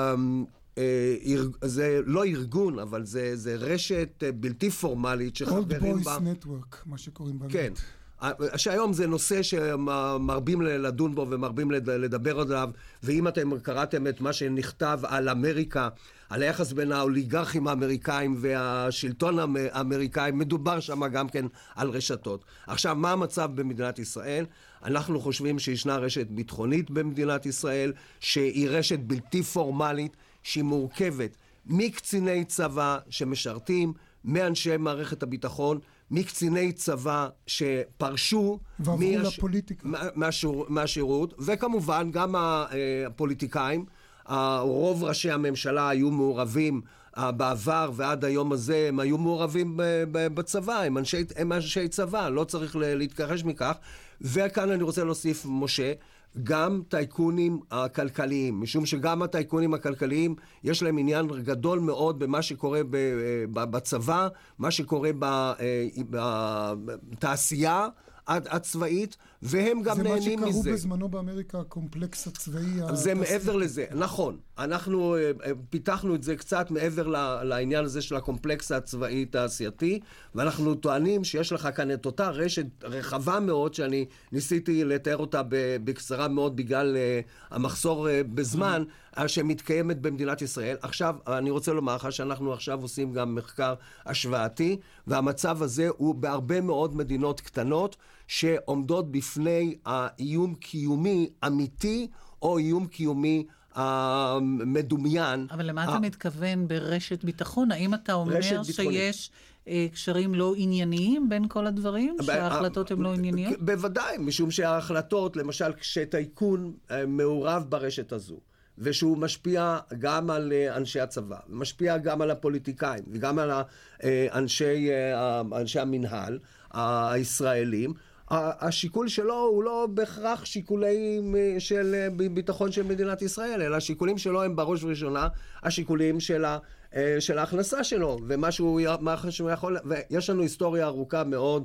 זה לא ארגון, אבל זה רשת בלתי פורמלית שחברים בה... Old Boys Network, מה שקוראים באנגלית. כן. שהיום זה נושא שמרבים לדון בו ומרבים לדבר עליו, ואם אתם קראתם את מה שנכתב על אמריקה, על היחס בין האוליגרכים האמריקאים והשלטון האמריקאי, מדובר שם גם כן על רשתות. עכשיו, מה המצב במדינת ישראל? אנחנו חושבים שישנה רשת ביטחונית במדינת ישראל, שהיא רשת בלתי פורמלית, שהיא מורכבת מקציני צבא שמשרתים, מאנשי מערכת הביטחון, מקציני צבא שפרשו מהשירות, וכמובן גם הפוליטיקאים, רוב ראשי הממשלה היו מעורבים בעבר, ועד היום הזה הם היו מעורבים בצבא, הם אנשי צבא, לא צריך להתכחש מכך. וכאן אני רוצה להוסיף, משה, גם טייקונים הכלכליים, משום שגם הטייקונים הכלכליים יש להם עניין גדול מאוד במה שקורה בצבא, מה שקורה בתעשייה הצבאית, והם גם נהנים מזה. זה מה שקראו בזמנו באמריקה, הקומפלקס הצבאי. זה מעבר לזה, נכון. אנחנו פיתחנו את זה קצת מעבר לעניין הזה של הקומפלקס הצבאי תעשייתי, ואנחנו טוענים שיש לך כאן את אותה רשת רחבה מאוד, שאני ניסיתי לתאר אותה בקצרה מאוד בגלל המחסור בזמן, שמתקיימת במדינת ישראל. עכשיו, אני רוצה לומר לך שאנחנו עכשיו עושים גם מחקר השוואתי, והמצב הזה הוא בהרבה מאוד מדינות קטנות, שעומדות בפני האיום קיומי אמיתי, או איום קיומי מדומיין. אבל למה אתה מתכוון ברשת ביטחון? האם אתה אומר שיש קשרים לא ענייניים בין כל הדברים? שההחלטות הן לא ענייניות? בוודאי, משום שההחלטות, למשל כשטייקון מעורב ברשת הזו, ושהוא משפיע גם על אנשי הצבא, משפיע גם על הפוליטיקאים, וגם על אנשי המנהל הישראלים, השיקול שלו הוא לא בהכרח שיקולים של ביטחון של מדינת ישראל, אלא השיקולים שלו הם בראש ובראשונה השיקולים של ההכנסה שלו, ומה שהוא יכול, ויש לנו היסטוריה ארוכה מאוד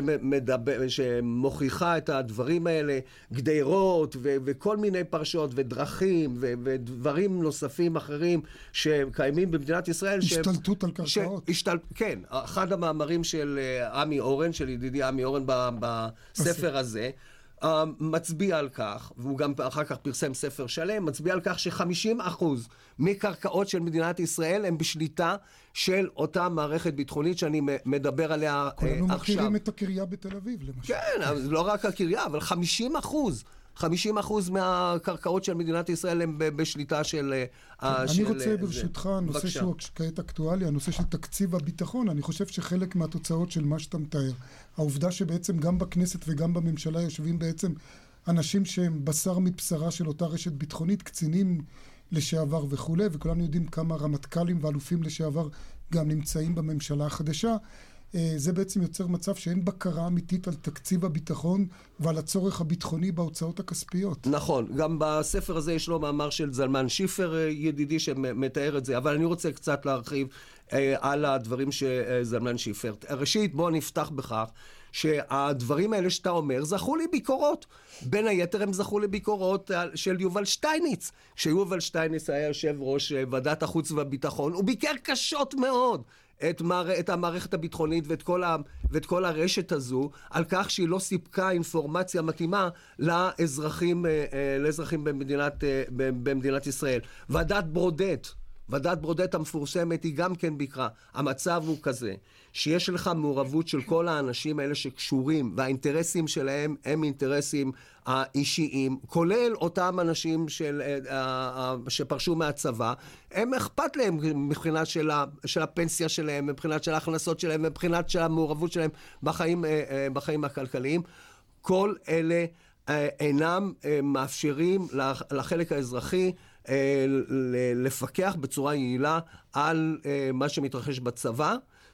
שמוכיחה את הדברים האלה, גדרות וכל מיני פרשות ודרכים ודברים נוספים אחרים שקיימים במדינת ישראל. השתלטות על קרקעות. כן, אחד המאמרים של עמי אורן, של ידידי עמי אורן בספר הזה, מצביע על כך, והוא גם אחר כך פרסם ספר שלם, מצביע על כך ש50% מקרקעות של מדינת ישראל הם בשליטה של אותה מערכת ביטחונית שאני מדבר עליה עכשיו. כולנו מכירים את הקריה בתל אביב, למשל. כן, לא רק הקריה, אבל 50% מהקרקעות של מדינת ישראל הם בשליטה של... אני רוצה ברשותך, הנושא שהוא כעת אקטואלי, הנושא של תקציב הביטחון, אני חושב שחלק מהתוצאות של מה שאתה מתאר, העובדה שבעצם גם בכנסת וגם בממשלה יושבים בעצם אנשים שהם בשר מבשרה של אותה רשת ביטחונית, קצינים לשעבר וכו', וכולנו יודעים כמה רמטכ"לים ואלופים לשעבר גם נמצאים בממשלה החדשה, זה בעצם יוצר מצב שאין בקרה אמיתית על תקציב הביטחון ועל הצורך הביטחוני בהוצאות הכספיות. נכון, גם בספר הזה יש לו מאמר של זלמן שיפר, ידידי, שמתאר את זה, אבל אני רוצה קצת להרחיב על הדברים שזלמן שיפר. ראשית, בואו נפתח בכך שהדברים האלה שאתה אומר זכו לי ביקורות. בין היתר הם זכו לביקורות של יובל שטייניץ. כשיובל שטייניץ היה יושב ראש ועדת החוץ והביטחון, הוא ביקר קשות מאוד את המערכת הביטחונית ואת כל הרשת הזו, על כך שהיא לא סיפקה אינפורמציה מתאימה לאזרחים במדינת ישראל. ועדת ברודט המפורסמת היא גם כן ביקרה. המצב הוא כזה, שיש לך מעורבות של כל האנשים האלה שקשורים, והאינטרסים שלהם הם אינטרסים האישיים, כולל אותם אנשים שפרשו מהצבא, הם אכפת להם מבחינת של הפנסיה שלהם, מבחינת של ההכנסות שלהם, מבחינת של המעורבות שלהם בחיים הכלכליים. כל אלה אינם מאפשרים לחלק האזרחי לפקח בצורה יעילה על מה שמתרחש בצבא,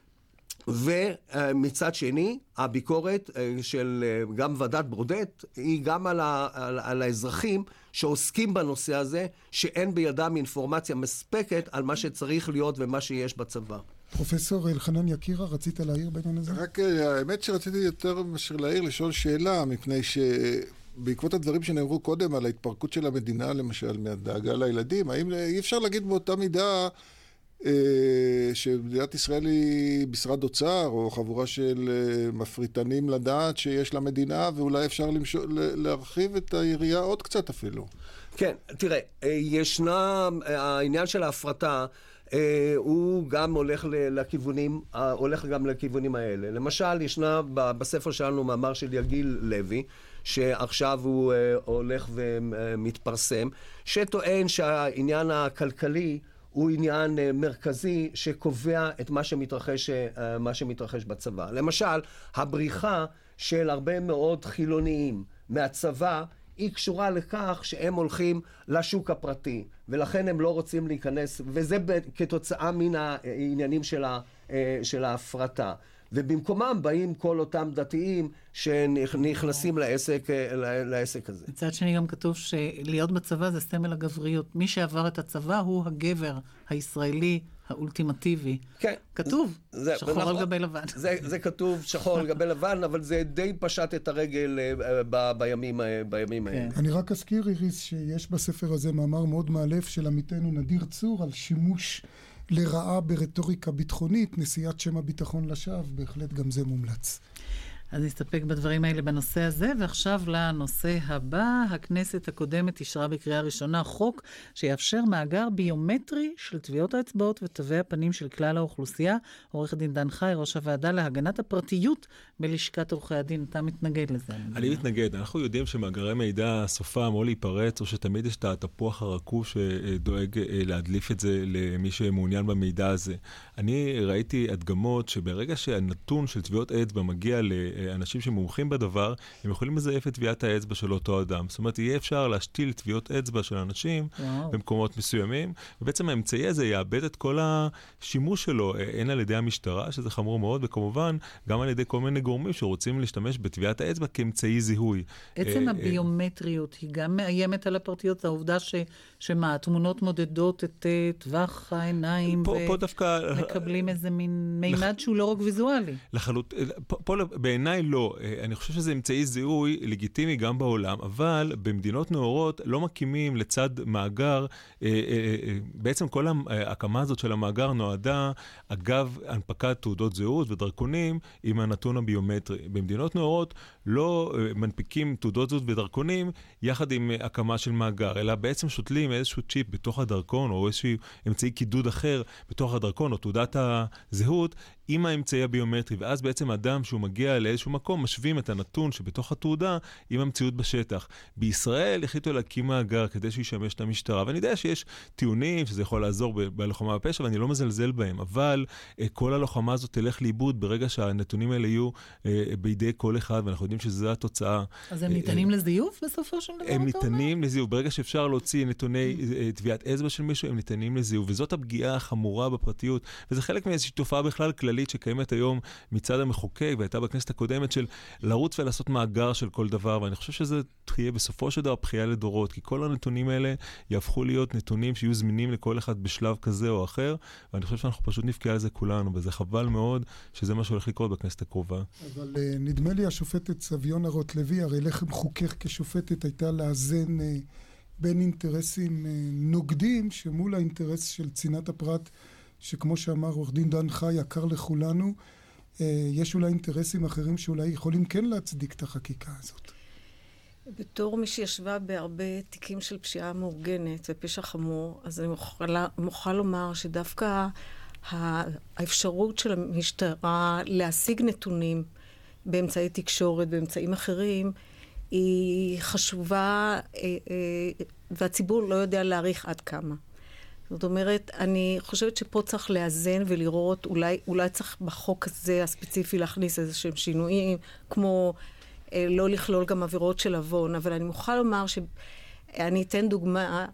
ומצד שני, הביקורת של גם ועדת ברודט היא גם על האזרחים שעוסקים בנושא הזה, שאין בידם אינפורמציה מספקת על מה שצריך להיות ומה שיש בצבא. פרופסור אלחנן יקירה, רצית להעיר בעניין הזה? רק האמת שרציתי יותר מאשר להעיר, לשאול שאלה, מפני שבעקבות הדברים שנאמרו קודם על ההתפרקות של המדינה, למשל, מהדאגה לילדים, האם אי אפשר להגיד באותה מידה שמדינת ישראל היא משרד אוצר או חבורה של מפריטנים לדעת שיש למדינה, ואולי אפשר להרחיב את היריעה עוד קצת אפילו? כן, תראה, ישנה העניין של ההפרטה, הוא גם הולך לכיוונים האלה. למשל, ישנה בספר שלנו מאמר של יגיל לוי, שעכשיו הוא הולך ומתפרסם, שטוען שהעניין הכלכלי הוא עניין מרכזי שקובע את מה שמתרחש בצבא. למשל, הבריחה של הרבה מאוד חילוניים מהצבא היא קשורה לכך שהם הולכים לשוק הפרטי, ולכן הם לא רוצים להיכנס, וזה כתוצאה מן העניינים של ההפרטה. ובמקומם באים כל אותם דתיים שנכנסים לעסק הזה. מצד שני גם כתוב שלהיות בצבא זה סמל הגבריות. מי שעבר את הצבא הוא הגבר הישראלי האולטימטיבי. כן. כתוב, שחור על גבי לבן. זה כתוב שחור על גבי לבן, אבל זה די פשט את הרגל בימים האלה. אני רק אזכיר, איריס, שיש בספר הזה מאמר מאוד מאלף של עמיתנו נדיר צור על שימוש לרעה ברטוריקה ביטחונית, נשיאת שם הביטחון לשווא, בהחלט גם זה מומלץ. אז נסתפק בדברים האלה בנושא הזה, ועכשיו לנושא הבא. הכנסת הקודמת אישרה בקריאה ראשונה חוק שיאפשר מאגר ביומטרי של טביעות האצבעות ותווי הפנים של כלל האוכלוסייה. עורך הדין דן חי, ראש הוועדה להגנת הפרטיות בלשכת עורכי הדין, אתה מתנגד לזה? אני מתנגד. אנחנו יודעים שמאגרי מידע סופה אמור להיפרץ, או שתמיד יש את התפוח הרקוב שדואג להדליף את זה למי שמעוניין במידע הזה. אני ראיתי הדגמות שברגע שהנתון של טביעות אצבע מגיע אנשים שמומחים בדבר, הם יכולים לזייף את טביעת האצבע של אותו אדם. זאת אומרת, יהיה אפשר להשתיל טביעות אצבע של אנשים במקומות מסוימים, ובעצם האמצעי הזה יאבד את כל השימוש שלו, הן על ידי המשטרה, שזה חמור מאוד, וכמובן, גם על ידי כל מיני גורמים שרוצים להשתמש בטביעת האצבע כאמצעי זיהוי. עצם הביומטריות היא גם מאיימת על הפרטיות, העובדה שמה, התמונות מודדות את טווח העיניים, ומקבלים איזה מין מימד שהוא לא רק ויזואלי. פה בעיניי לא. אני חושב שזה אמצעי זיהוי לגיטימי גם בעולם, אבל במדינות נאורות לא מקימים לצד מאגר, בעצם כל ההקמה הזאת של המאגר נועדה אגב הנפקת תעודות זהות ודרכונים עם הנתון הביומטרי. במדינות נאורות לא מנפיקים תעודות זהות ודרכונים יחד עם הקמה של מאגר, אלא בעצם שותלים איזשהו צ'יפ בתוך הדרכון או איזשהו אמצעי קידוד אחר בתוך הדרכון או תעודת הזהות עם האמצעי הביומטרי, ואז בעצם אדם שהוא מגיע לאיזשהו מקום, משווים את הנתון שבתוך התעודה עם המציאות בשטח. בישראל החליטו להקים מאגר כדי שישמש את המשטרה, ואני יודע שיש טיעונים שזה יכול לעזור בלוחמה בפשע, ואני לא מזלזל בהם, אבל כל הלוחמה הזאת תלך לאיבוד ברגע שהנתונים האלה יהיו בידי כל אחד, ואנחנו יודעים שזו התוצאה. אז הם ניתנים לזיוף בסופו של דבר? הם ניתנים לזיוף. ברגע שאפשר להוציא נתוני טביעת אצבע של מישהו, הם ניתנים לזיוף, וזאת הפגיעה החמורה בפרטיות, וזה חלק מאיזושהי תופעה בכלל כללית כללית שקיימת היום מצד המחוקק, והייתה בכנסת הקודמת של לרוץ ולעשות מאגר של כל דבר, ואני חושב שזה תהיה בסופו של דבר בחייה לדורות, כי כל הנתונים האלה יהפכו להיות נתונים שיהיו זמינים לכל אחד בשלב כזה או אחר, ואני חושב שאנחנו פשוט נפקע על זה כולנו, וזה חבל מאוד שזה מה שהולך לקרות בכנסת הקרובה. אבל נדמה לי השופטת סביונה רוטלוי, הרי לחם חוקך כשופטת הייתה לאזן בין אינטרסים נוגדים, שמול האינטרס של צנעת הפרט, שכמו שאמר עורך דין דן חי, יקר לכולנו, יש אולי אינטרסים אחרים שאולי יכולים כן להצדיק את החקיקה הזאת. בתור מי שישבה בהרבה תיקים של פשיעה מאורגנת ופשע חמור, אז אני מוכרחה לומר שדווקא האפשרות של המשטרה להשיג נתונים באמצעי תקשורת, באמצעים אחרים, היא חשובה, והציבור לא יודע להעריך עד כמה. זאת אומרת, אני חושבת שפה צריך לאזן ולראות, אולי צריך בחוק הזה הספציפי להכניס איזשהם שינויים, כמו לא לכלול גם עבירות של עוון, אבל אני מוכרחה לומר שאני אתן דוגמה,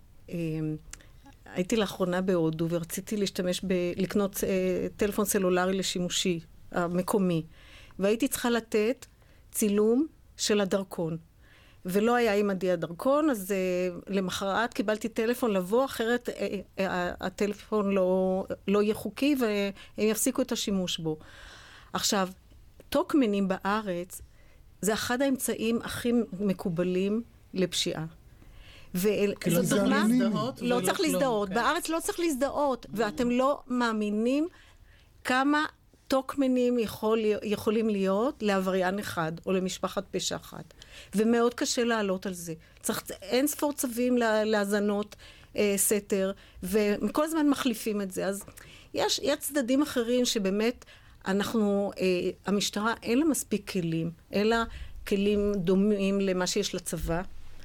הייתי לאחרונה בהודו ורציתי לקנות טלפון סלולרי לשימושי המקומי, והייתי צריכה לתת צילום של הדרכון. ולא היה עימדי הדרכון, אז למחרת קיבלתי טלפון לבוא, אחרת הטלפון לא יהיה חוקי והם יפסיקו את השימוש בו. עכשיו, טוקמנים בארץ זה אחד האמצעים הכי מקובלים לפשיעה. וזו דוגמה, לא צריך להזדהות. בארץ לא צריך להזדהות, ואתם לא מאמינים כמה טוקמנים יכולים להיות לעבריין אחד או למשפחת פשע אחת. ומאוד קשה לעלות על זה. צריך אין ספור צווים להזנות סתר, וכל הזמן מחליפים את זה. אז יש צדדים אחרים שבאמת המשטרה אין לה מספיק כלים, אלא כלים דומים למה שיש לצבא,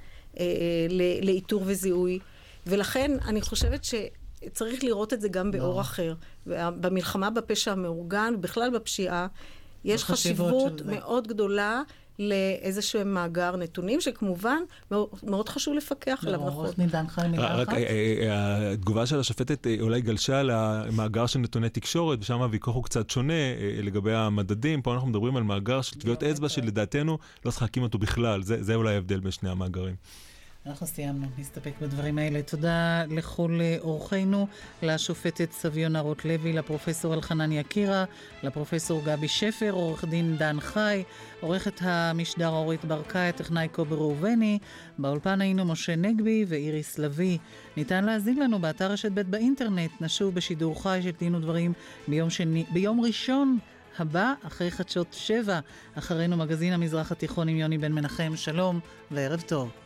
לאיתור וזיהוי. ולכן אני חושבת צריך לראות את זה גם באור אחר. במלחמה בפשע המאורגן, בכלל בפשיעה, יש חשיבות מאוד גדולה לאיזשהו מאגר נתונים, שכמובן מאוד חשוב לפקח עליו. עורך דין דן חי, מילה אחת. התגובה של השופטת אולי גלשה למאגר של נתוני תקשורת, ושם הוויכוח הוא קצת שונה לגבי המדדים. פה אנחנו מדברים על מאגר של טביעות אצבע, שלדעתנו לא שחקים אותו בכלל. זה אולי ההבדל בין שני המאגרים. אנחנו סיימנו, נסתפק בדברים האלה. תודה לכל אורחינו, לשופטת סביונה רוטלוי, לפרופסור אלחנן יקירה, לפרופסור גבי שפר, עורך דין דן חי, עורכת המשדר אורית ברקאי, הטכנאי קובי ראובני, באולפן היינו משה נגבי ואיריס לוי. ניתן להזין לנו באתר רשת ב' באינטרנט, נשוב בשידור חי של דין ודברים ביום ראשון הבא, אחרי חדשות 7, אחרינו מגזין המזרח התיכון עם יוני בן מנחם. שלום וערב טוב.